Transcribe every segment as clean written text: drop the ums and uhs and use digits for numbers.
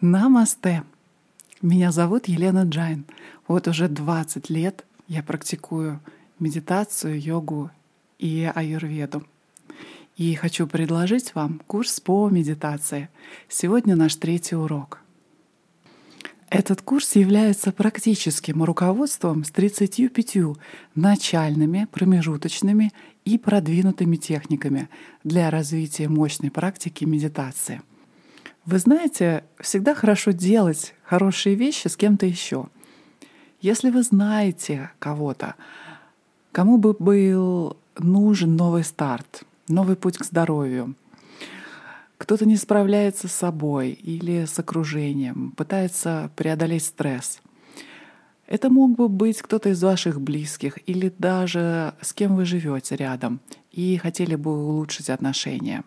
Намасте! Меня зовут Елена Джайн. Вот уже 20 лет я практикую медитацию, йогу и аюрведу. И хочу предложить вам курс по медитации. Сегодня наш 3-й урок. Этот курс является практическим руководством с 35 начальными, промежуточными и продвинутыми техниками для развития мощной практики медитации. Вы знаете, всегда хорошо делать хорошие вещи с кем-то еще. Если вы знаете кого-то, кому бы был нужен новый старт, новый путь к здоровью, кто-то не справляется с собой или с окружением, пытается преодолеть стресс. Это мог бы быть кто-то из ваших близких или даже с кем вы живете рядом и хотели бы улучшить отношения.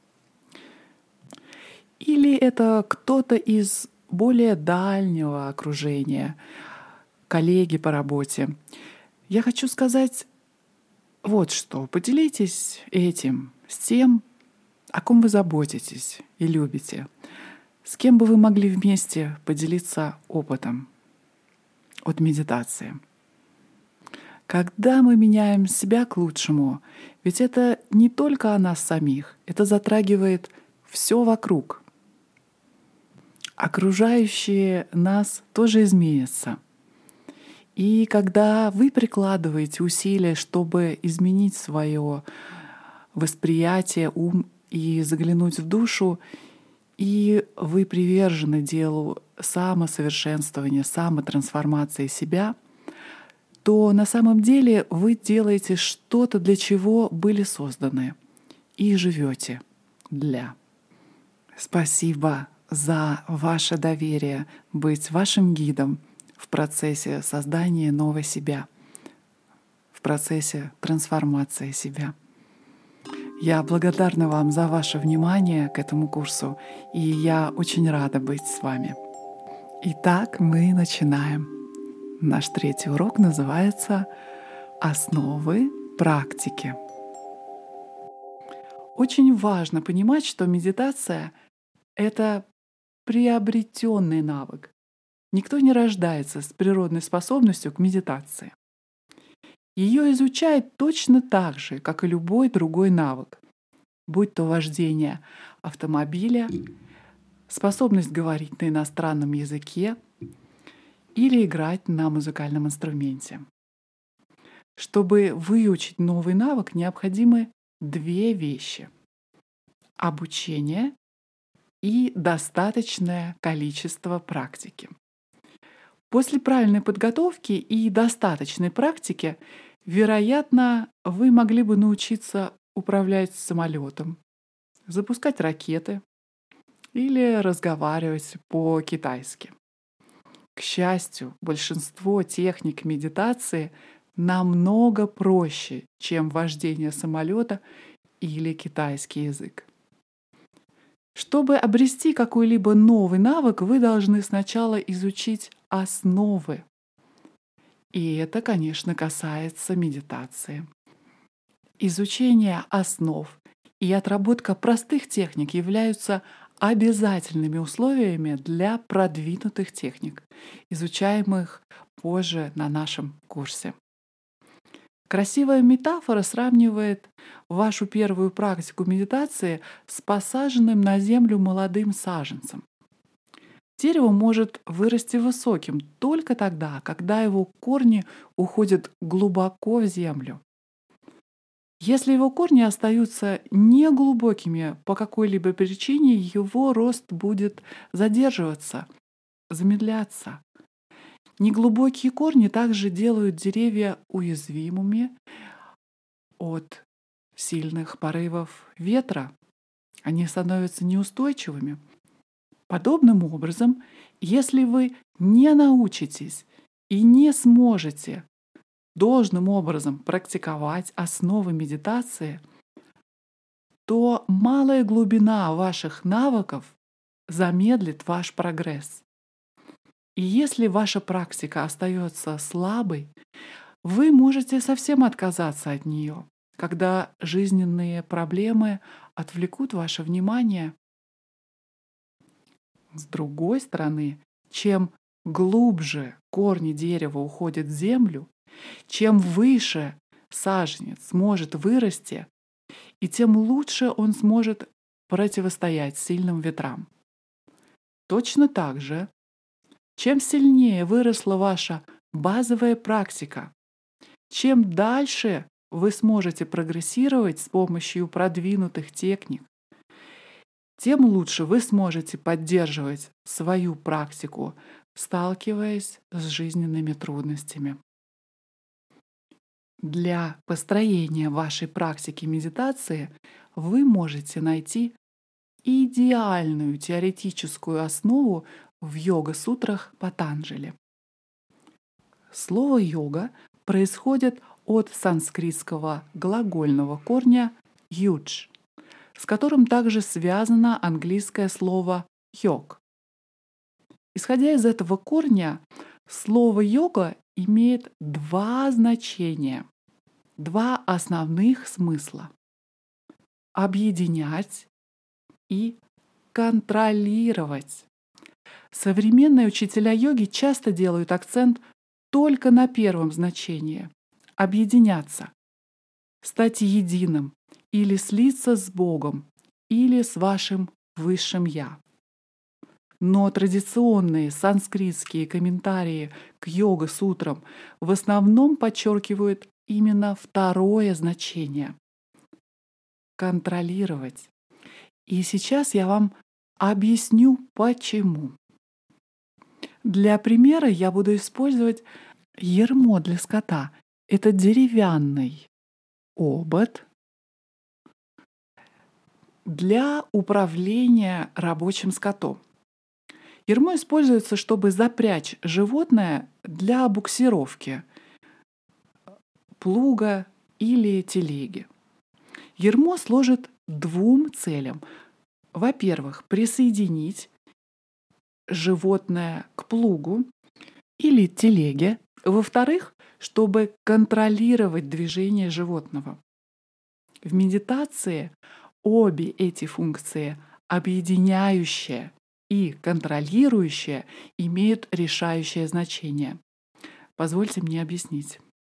Или это кто-то из более дальнего окружения, коллеги по работе. Я хочу сказать вот что. Поделитесь этим с тем, о ком вы заботитесь и любите, с кем бы вы могли вместе поделиться опытом от медитации. Когда мы меняем себя к лучшему, ведь это не только о нас самих, это затрагивает все вокруг. Окружающие нас тоже изменятся. И когда вы прикладываете усилия, чтобы изменить свое восприятие, ум и заглянуть в душу, и вы привержены делу самосовершенствования, самотрансформации себя, то на самом деле вы делаете что-то, для чего были созданы, и живете для. Спасибо за ваше доверие быть вашим гидом в процессе создания нового себя, в процессе трансформации себя. Я благодарна вам за ваше внимание к этому курсу, и я очень рада быть с вами. Итак, мы начинаем. Наш 3-й урок называется «Основы практики». Очень важно понимать, что медитация — это приобретенный навык. Никто не рождается с природной способностью к медитации. Ее изучают точно так же, как и любой другой навык, будь то вождение автомобиля, способность говорить на иностранном языке или играть на музыкальном инструменте. Чтобы выучить новый навык, необходимы 2 вещи: обучение и достаточное количество практики. После правильной подготовки и достаточной практики, вероятно, вы могли бы научиться управлять самолетом, запускать ракеты или разговаривать по-китайски. К счастью, большинство техник медитации намного проще, чем вождение самолета или китайский язык. Чтобы обрести какой-либо новый навык, вы должны сначала изучить основы. И это, конечно, касается медитации. Изучение основ и отработка простых техник являются обязательными условиями для продвинутых техник, изучаемых позже на нашем курсе. Красивая метафора сравнивает вашу первую практику медитации с посаженным на землю молодым саженцем. Дерево может вырасти высоким только тогда, когда его корни уходят глубоко в землю. Если его корни остаются неглубокими по какой-либо причине, его рост будет задерживаться, замедляться. Неглубокие корни также делают деревья уязвимыми от сильных порывов ветра. Они становятся неустойчивыми. Подобным образом, если вы не научитесь и не сможете должным образом практиковать основы медитации, то малая глубина ваших навыков замедлит ваш прогресс. И если ваша практика остается слабой, вы можете совсем отказаться от нее, когда жизненные проблемы отвлекут ваше внимание. С другой стороны, чем глубже корни дерева уходят в землю, чем выше саженец сможет вырасти, и тем лучше он сможет противостоять сильным ветрам. Точно так же, чем сильнее выросла ваша базовая практика, чем дальше вы сможете прогрессировать с помощью продвинутых техник, тем лучше вы сможете поддерживать свою практику, сталкиваясь с жизненными трудностями. Для построения вашей практики медитации вы можете найти идеальную теоретическую основу в йога-сутрах Патанджали. Слово «йога» происходит от санскритского глагольного корня «юдж», с которым также связано английское слово «йог». Исходя из этого корня, слово «йога» имеет два значения, два основных смысла: объединять и контролировать. Современные учителя йоги часто делают акцент только на первом значении — объединяться, стать единым или слиться с Богом или с вашим высшим «я». Но традиционные санскритские комментарии к йога-сутрам в основном подчеркивают именно второе значение — контролировать. И сейчас я вам объясню, почему. Для примера я буду использовать ярмо для скота. Это деревянный обод для управления рабочим скотом. Ярмо используется, чтобы запрячь животное для буксировки плуга или телеги. Ярмо служит двум целям. Во-первых, присоединить животное к плугу или телеге. Во-вторых, чтобы контролировать движение животного. В медитации обе эти функции, объединяющая и контролирующая, имеют решающее значение. Позвольте мне объяснить.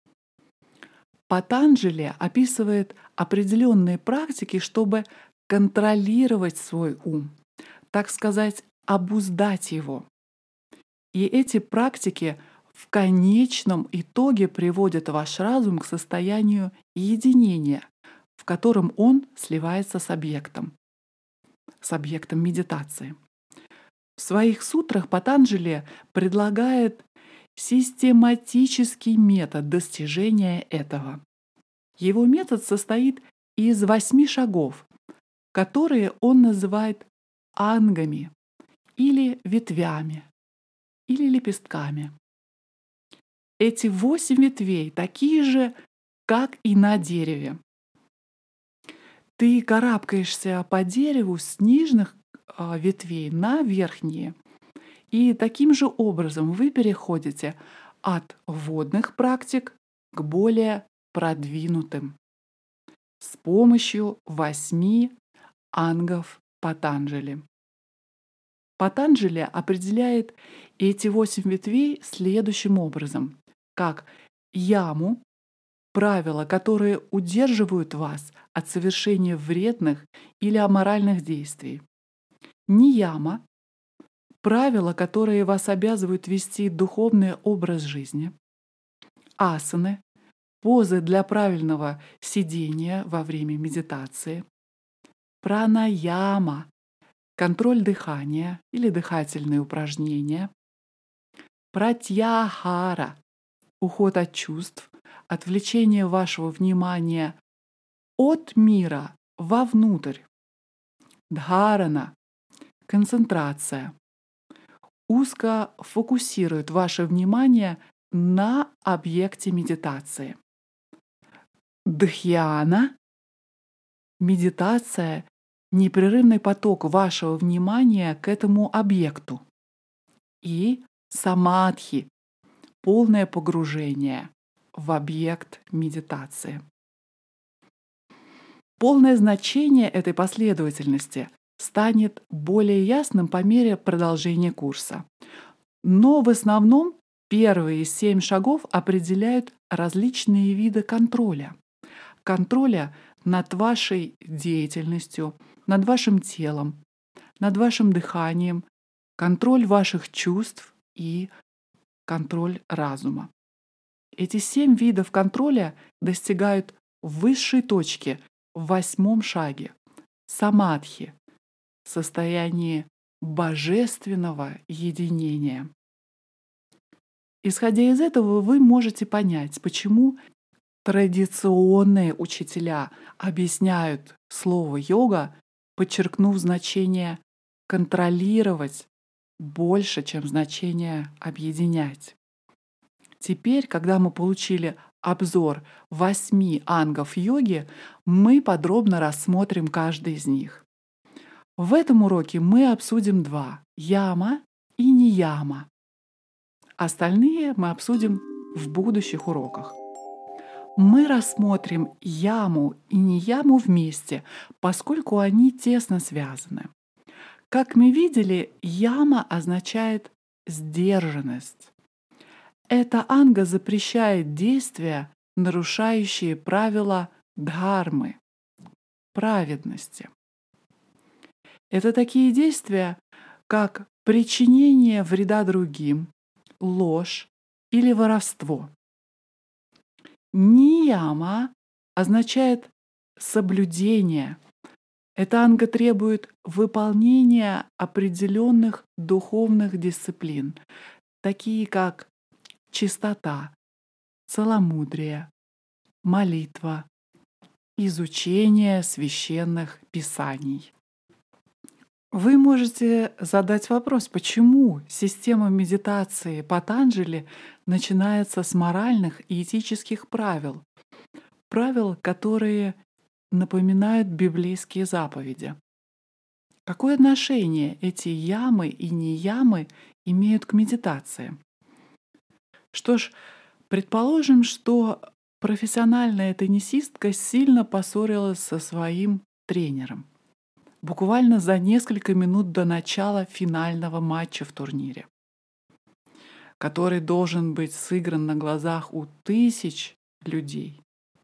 Патанджали описывает определенные практики, чтобы контролировать свой ум, так сказать, обуздать его. И эти практики в конечном итоге приводят ваш разум к состоянию единения, в котором он сливается с объектом медитации. В своих сутрах Патанджали предлагает систематический метод достижения этого. Его метод состоит из 8 шагов, которые он называет ангами или ветвями или лепестками. Эти 8 ветвей такие же, как и на дереве. Ты карабкаешься по дереву с нижних ветвей на верхние. И таким же образом вы переходите от вводных практик к более продвинутым с помощью 8 ангов Патанджали. Патанджали определяет эти 8 ветвей следующим образом, как яму, правила, которые удерживают вас от совершения вредных или аморальных действий. Нияма — правила, которые вас обязывают вести духовный образ жизни. Асаны — позы для правильного сидения во время медитации. Пранаяма — контроль дыхания или дыхательные упражнения. Пратьяхара — уход от чувств, отвлечение вашего внимания от мира вовнутрь. Дхарана — концентрация. Узко фокусирует ваше внимание на объекте медитации. Дхьяна — медитация, непрерывный поток вашего внимания к этому объекту. И самадхи — полное погружение в объект медитации. Полное значение этой последовательности станет более ясным по мере продолжения курса. Но в основном первые 7 шагов определяют различные виды контроля. Контроля над вашей деятельностью, над вашим телом, над вашим дыханием, контроль ваших чувств и контроль разума. Эти 7 видов контроля достигают высшей точки в 8 шаге — самадхи, состоянии божественного единения. Исходя из этого, вы можете понять, почему традиционные учителя объясняют слово «йога», подчеркнув значение «контролировать» больше, чем значение «объединять». Теперь, когда мы получили обзор 8 ангов йоги, мы подробно рассмотрим каждый из них. В этом уроке мы обсудим 2 — яма и нияма. Остальные мы обсудим в будущих уроках. Мы рассмотрим яму и неяму вместе, поскольку они тесно связаны. Как мы видели, яма означает сдержанность. Эта анга запрещает действия, нарушающие правила дхармы, праведности. Это такие действия, как причинение вреда другим, ложь или воровство. Нияма означает соблюдение. Эта анга требует выполнения определенных духовных дисциплин, такие как чистота, целомудрие, молитва, изучение священных писаний. Вы можете задать вопрос, почему система медитации Патанджали начинается с моральных и этических правил, которые напоминают библейские заповеди. Какое отношение эти ямы и неямы имеют к медитации? Что ж, предположим, что профессиональная теннисистка сильно поссорилась со своим тренером буквально за несколько минут до начала финального матча в турнире, который должен быть сыгран на глазах у тысяч людей.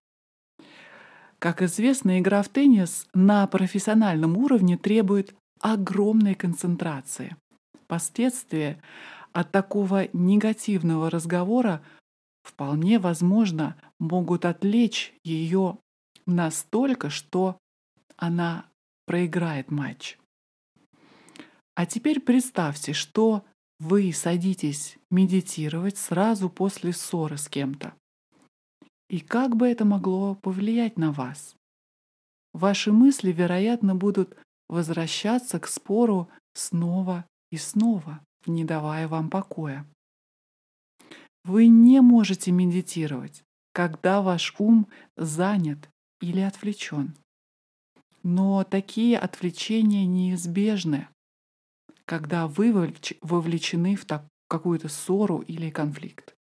Как известно, игра в теннис на профессиональном уровне требует огромной концентрации. Последствия от такого негативного разговора вполне возможно могут отвлечь ее настолько, что она проиграет матч. А теперь представьте, что вы садитесь медитировать сразу после ссоры с кем-то. И как бы это могло повлиять на вас? Ваши мысли, вероятно, будут возвращаться к спору снова и снова, не давая вам покоя. Вы не можете медитировать, когда ваш ум занят или отвлечен. Но такие отвлечения неизбежны, когда вы вовлечены в какую-то ссору или конфликт.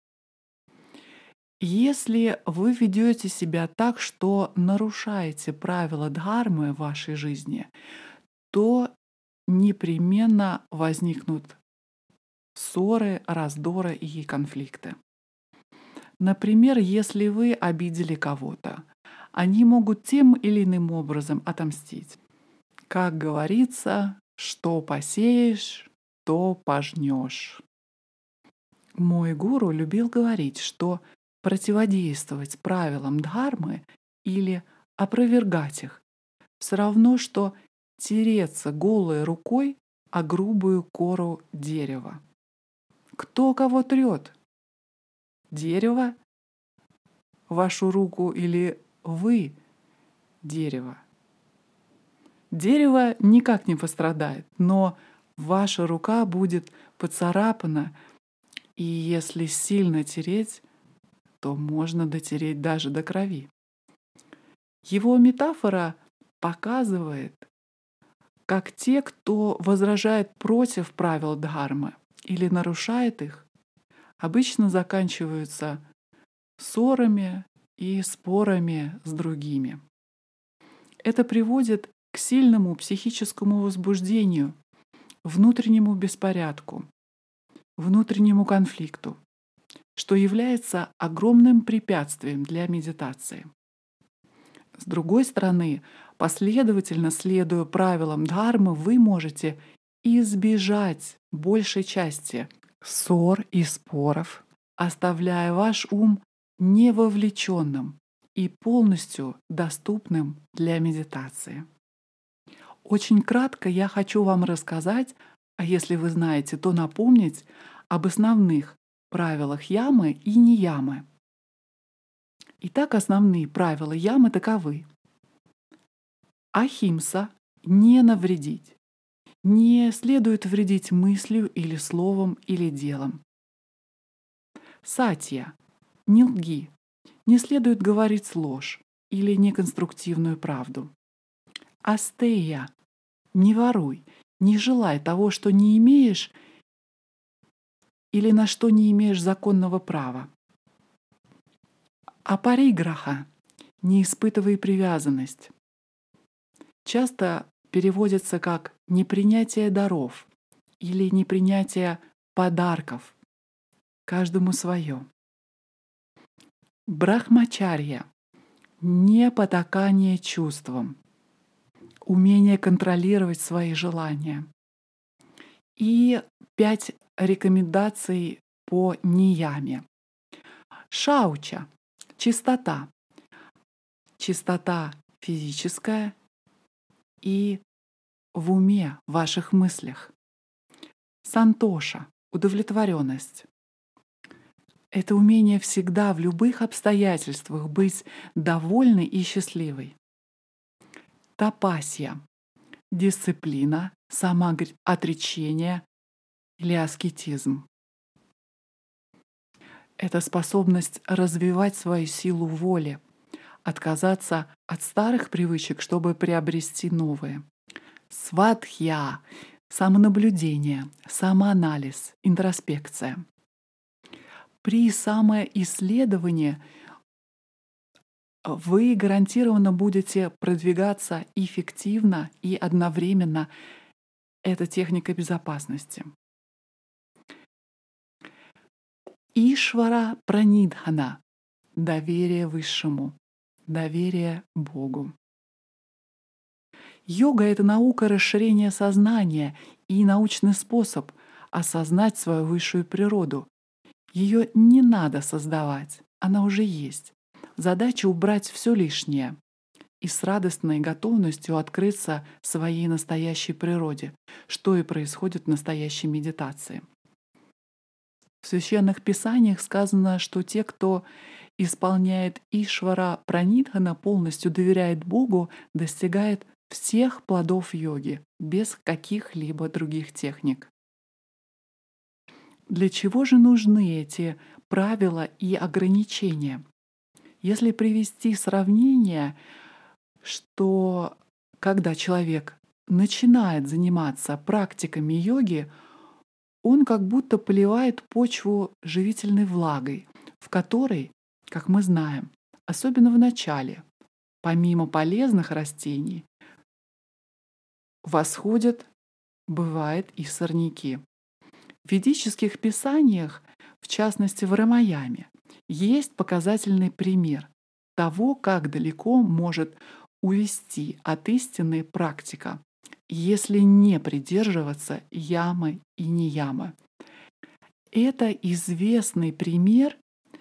Если вы ведете себя так, что нарушаете правила дхармы в вашей жизни, то непременно возникнут ссоры, раздоры и конфликты. Например, если вы обидели кого-то, они могут тем или иным образом отомстить. Как говорится, что посеешь, то пожнешь. Мой гуру любил говорить, что противодействовать правилам дхармы или опровергать их все равно, что тереться голой рукой о грубую кору дерева. Кто кого трет? Дерево, вашу руку или вы дерево? Дерево никак не пострадает, но ваша рука будет поцарапана, и если сильно тереть, то можно дотереть даже до крови. Его метафора показывает, как те, кто возражает против правил дхармы или нарушает их, обычно заканчиваются ссорами и спорами с другими. Это приводит к сильному психическому возбуждению, внутреннему беспорядку, внутреннему конфликту, что является огромным препятствием для медитации. С другой стороны, последовательно следуя правилам дхармы, вы можете избежать большей части ссор и споров, оставляя ваш ум невовлеченным и полностью доступным для медитации. Очень кратко я хочу вам рассказать, а если вы знаете, то напомнить об основных правилах ямы и неямы. Итак, основные правила ямы таковы. Ахимса — не навредить. Не следует вредить мыслью или словом или делом. Сатья — не лги. Не следует говорить ложь или неконструктивную правду. Астея — не воруй, не желай того, что не имеешь или на что не имеешь законного права. Апариграха — не испытывай привязанность. Часто переводится как непринятие даров или непринятие подарков. Каждому свое. Брахмачарья — не потакание чувствам, умение контролировать свои желания. И 5 рекомендаций по нияме. Шауча — чистота. Чистота физическая и в уме, в ваших мыслях. Сантоша — удовлетворенность. Это умение всегда в любых обстоятельствах быть довольной и счастливой. Тапасья — дисциплина, самоотречение или аскетизм. Это способность развивать свою силу воли, отказаться от старых привычек, чтобы приобрести новые. Свадхья — самонаблюдение, самоанализ, интроспекция. При самоисследовании вы гарантированно будете продвигаться эффективно и одновременно. Это техника безопасности. Ишвара пранидхана — доверие Высшему, доверие Богу. Йога — это наука расширения сознания и научный способ осознать свою высшую природу. Ее не надо создавать, она уже есть. Задача — убрать все лишнее и с радостной готовностью открыться своей настоящей природе, что и происходит в настоящей медитации. В священных писаниях сказано, что те, кто исполняет Ишвара Пранидхана, полностью доверяет Богу, достигает всех плодов йоги без каких-либо других техник. Для чего же нужны эти правила и ограничения? Если привести сравнение, что когда человек начинает заниматься практиками йоги, он как будто поливает почву живительной влагой, в которой, как мы знаем, особенно в начале, помимо полезных растений, восходят, бывает, и сорняки. В ведических писаниях, в частности в Рамаяме, есть показательный пример того, как далеко может увести от истины практика, если не придерживаться ямы и неямы. Это известный пример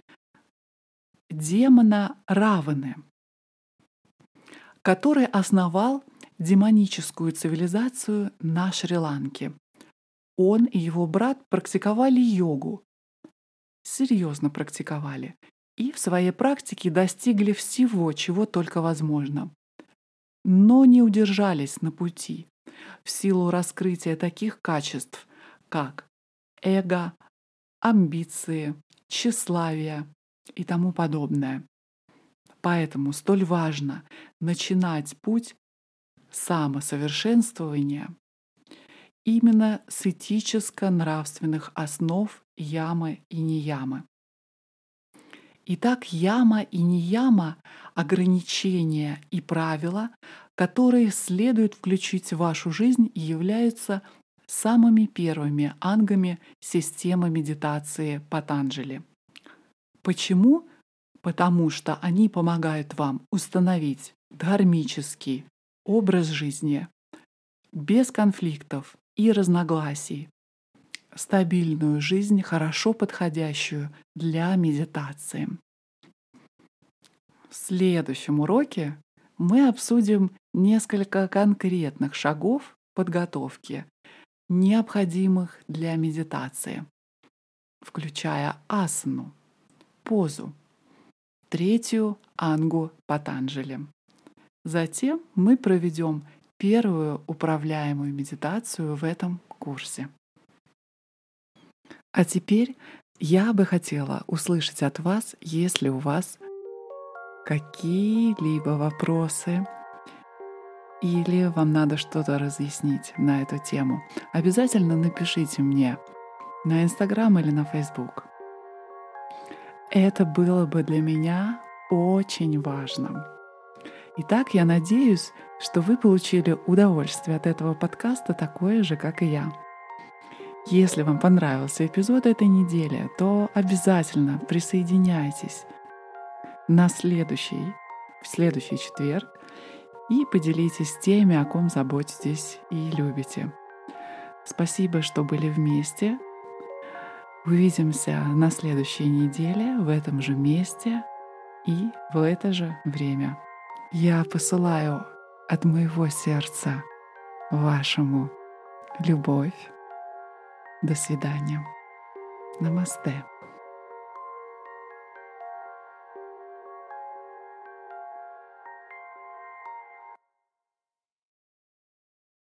демона Раваны, который основал демоническую цивилизацию на Шри-Ланке. Он и его брат практиковали йогу, серьезно практиковали, и в своей практике достигли всего, чего только возможно. Но не удержались на пути в силу раскрытия таких качеств, как эго, амбиции, тщеславие и тому подобное. Поэтому столь важно начинать путь самосовершенствования именно с этическо-нравственных основ ямы и неямы. Итак, яма и неяма — ограничения и правила, которые следует включить в вашу жизнь и являются самыми первыми ангами системы медитации Патанджали. Почему? Потому что они помогают вам установить дхармический образ жизни без конфликтов и разногласий, стабильную жизнь, хорошо подходящую для медитации. В следующем уроке мы обсудим несколько конкретных шагов подготовки, необходимых для медитации, включая асану, позу, третью ангу Патанджали. Затем мы проведем первую управляемую медитацию в этом курсе. А теперь я бы хотела услышать от вас, если у вас какие-либо вопросы или вам надо что-то разъяснить на эту тему. Обязательно напишите мне на Instagram или на Facebook. Это было бы для меня очень важно. Итак, я надеюсь, что вы получили удовольствие от этого подкаста такое же, как и я. Если вам понравился эпизод этой недели, то обязательно присоединяйтесь в следующий четверг и поделитесь теми, о ком заботитесь и любите. Спасибо, что были вместе. Увидимся на следующей неделе в этом же месте и в это же время. Я посылаю от моего сердца вашему любовь. До свидания. Намасте.